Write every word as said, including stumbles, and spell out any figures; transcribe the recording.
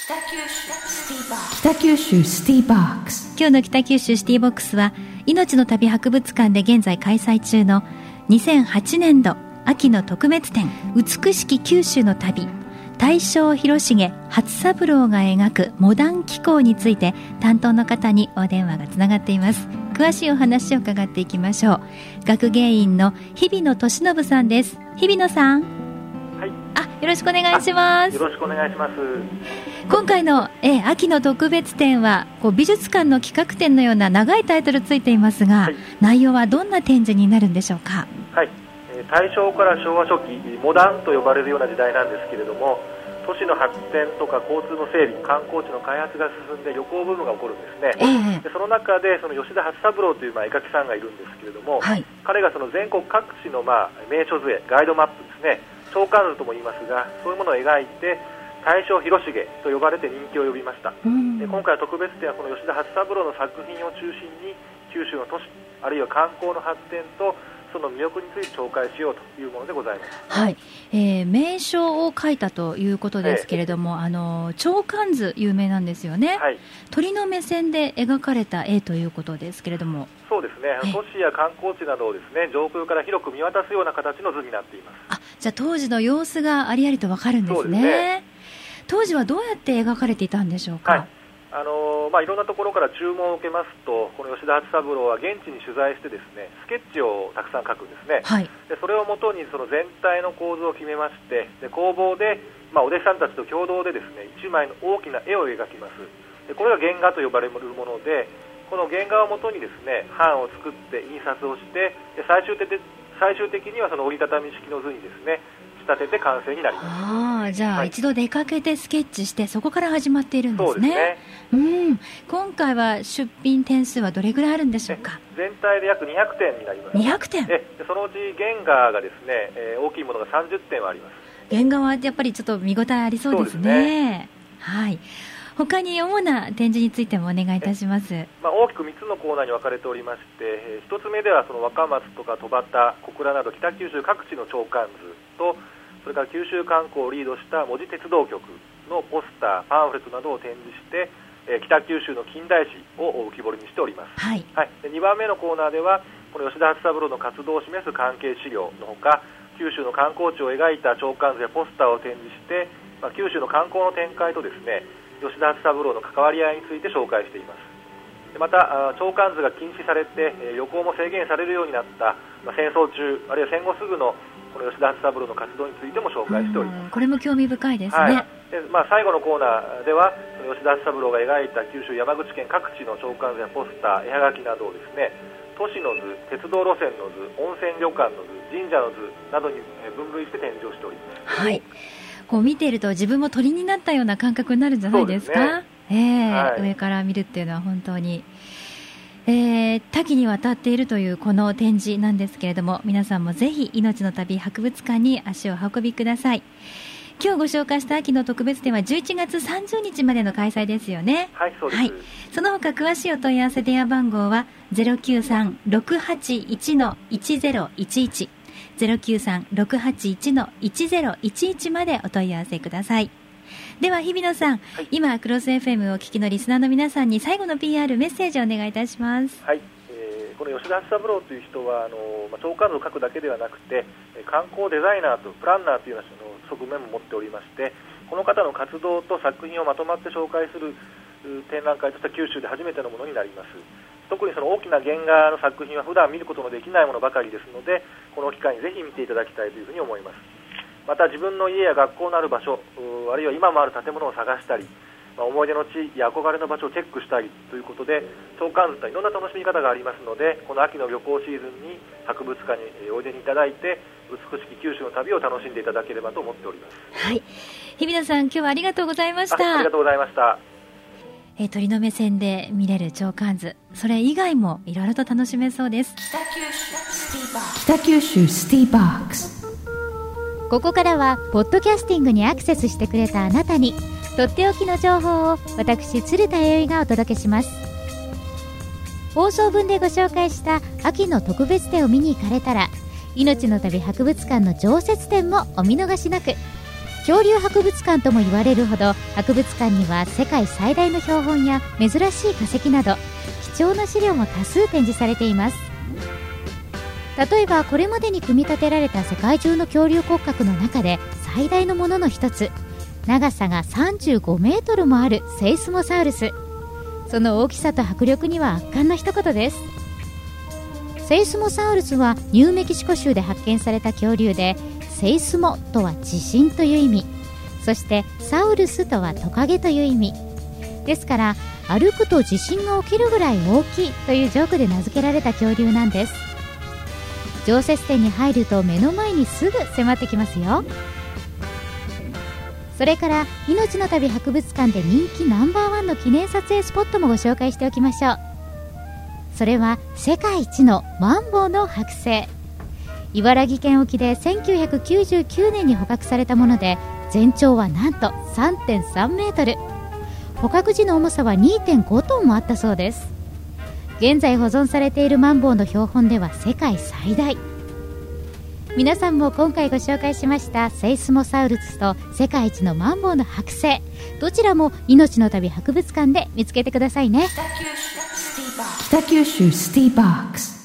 北九州シティボックス。今日の北九州シティボックスは、命の旅博物館で現在開催中のにせんはちねんど秋の特別展、美しき九州の旅、大正広重初三郎が描くモダン気候について、担当の方にお電話がつながっています。詳しいお話を伺っていきましょう。学芸員の日比野俊信さんです。日比野さん、 はい、 あ、よろしくお願いします。 よろしくお願いします。 今回の、えー、秋の特別展はこう美術館の企画展のような長いタイトルついていますが、はい、内容はどんな展示になるんでしょうか。 はい、えー、大正から昭和初期、モダンと呼ばれるような時代なんですけれども、都市の発展とか交通の整備、観光地の開発が進んで旅行ブームが起こるんですね。えー、でその中でその吉田初三郎という、まあ、絵描きさんがいるんですけれども、はい、彼がその全国各地の、まあ、名所図絵、ガイドマップですね、長官図とも言いますが、そういうものを描いて大正広重と呼ばれて人気を呼びました。で今回は特別展はこの吉田初三郎の作品を中心に九州の都市あるいは観光の発展とその魅力について紹介しようというものでございます。 はい、えー、名所を描いたということですけれども、えー、あの長官図有名なんですよね。はい、鳥の目線で描かれた絵ということですけれども。 そうですね、都市や観光地などをですね、上空から広く見渡すような形の図になっています。 あ、じゃあ当時の様子がありありとわかるんですね。そうですね。当時はどうやって描かれていたんでしょうか。はい、 あのーまあ、いろんなところから注文を受けますと、この吉田初三郎は現地に取材してですね、スケッチをたくさん描くんですね。はい、でそれをもとにその全体の構図を決めまして、で工房で、まあ、お弟子さんたちと共同でですね、いちまいの大きな絵を描きます。でこれが原画と呼ばれるもので、この原画をもとにですね、版を作って印刷をして、で最終的で最終的にはその折りたたみ式の図にですね、仕立てて完成になります。 ああ、じゃあ、はい、一度出かけてスケッチしてそこから始まっているんですね。そうですね。うん、今回は出品点数はどれぐらいあるんでしょうか。 全体で約にひゃくてんになります。 にひゃくてん。 でそのうち原画がですね、えー、大きいものがさんじゅってんはあります。 原画はやっぱりちょっと見応えありそうですね。そうですね。はい。他に主な展示についてもお願いいたします。 まあ、大きくみっつのコーナーに分かれておりまして、ひとつめではその若松とか戸端、小倉など北九州各地の長官図と、それから九州観光をリードした門司鉄道局のポスター、パンフレットなどを展示して、えー、北九州の近代史を浮き彫りにしております。はい。はい、でにばんめのコーナーでは、この吉田初三郎の活動を示す関係資料のほか、九州の観光地を描いた長官図やポスターを展示して、まあ、九州の観光の展開とですね、吉田初三郎の関わり合いについて紹介しています。でまた長官図が禁止されて旅行も制限されるようになった、まあ、戦争中あるいは戦後すぐのこの吉田初三郎の活動についても紹介しております。 これも興味深いですね。はい、 でまあ、最後のコーナーでは吉田初三郎が描いた九州山口県各地の長官図やポスター、絵はがきなどをですね、都市の図、鉄道路線の図、温泉旅館の図、神社の図などに分類して展示をしております。 はい、こう見ていると自分も鳥になったような感覚になるんじゃないですか。そうですね。えーはい、上から見るっていうのは本当に、えー、多岐にわたっているというこの展示なんですけれども、皆さんもぜひ命の旅博物館に足を運びください。今日ご紹介した秋の特別展はじゅういちがつさんじゅうにちまでの開催ですよね。 はい、そうです。はい、 その他詳しいお問い合わせ電話番号は ゼロきゅうさん ろくはちいち いちゼロいちいち ゼロきゅうさん ろくはちいち いちゼロいちいちまでお問い合わせください。では日比野さん、はい、今クロス エフエム をお聞きのリスナーの皆さんに最後の ピーアール メッセージをお願いいたします。 はい、えー、この吉田初三郎という人はあの、まあ、長官図を書くだけではなくて観光デザイナーとプランナーというような側面も持っておりまして、この方の活動と作品をまとまって紹介する展覧会としては九州で初めてのものになります。特にその大きな原画の作品は普段見ることのできないものばかりですので、この機会にぜひ見ていただきたいというふうに思います。また自分の家や学校のある場所、あるいは今もある建物を探したり、まあ、思い出の地や憧れの場所をチェックしたりということで、長官図といろんな楽しみ方がありますので、この秋の旅行シーズンに博物館においでにいただいて、美しき九州の旅を楽しんでいただければと思っております。 はい、日比野さん、今日はありがとうございました。 あ, ありがとうございました。 えー、鳥の目線で見れる長官図、それ以外もいろいろと楽しめそうです。北九州シティボックス。北九州シティボックス。ここからはポッドキャスティングにアクセスしてくれたあなたにとっておきの情報を私鶴田弥生がお届けします。放送分でご紹介した秋の特別展を見に行かれたら、命の旅博物館の常設展もお見逃しなく。 恐竜博物館とも言われるほど、博物館には世界最大の標本や珍しい化石など貴重な資料も多数展示されています。例えばこれまでに組み立てられた世界中の恐竜骨格の中で最大のものの一つ、長さがさんじゅうごメートルもあるセイスモサウルス。その大きさと迫力には圧巻の一言です。セイスモサウルスはニューメキシコ州で発見された恐竜で、セイスモとは地震という意味、そしてサウルスとはトカゲという意味ですから、歩くと地震が起きるぐらい大きいというジョークで名付けられた恐竜なんです。常設展に入ると目の前にすぐ迫ってきますよ。それから命の旅博物館で人気ナンバーワンの記念撮影スポットもご紹介しておきましょう。それは世界一のマンボウの剥製。茨城県沖でせんきゅうひゃくきゅうじゅうきゅうねんに捕獲されたもので、全長はなんと さんてんさんメートル、捕獲時の重さは にてんごトンもあったそうです。現在保存されているマンボウの標本では世界最大。皆さんも今回ご紹介しましたセイスモサウルスと世界一のマンボウの剥製、どちらも命の旅博物館で見つけてくださいね。北九州スティーバックス。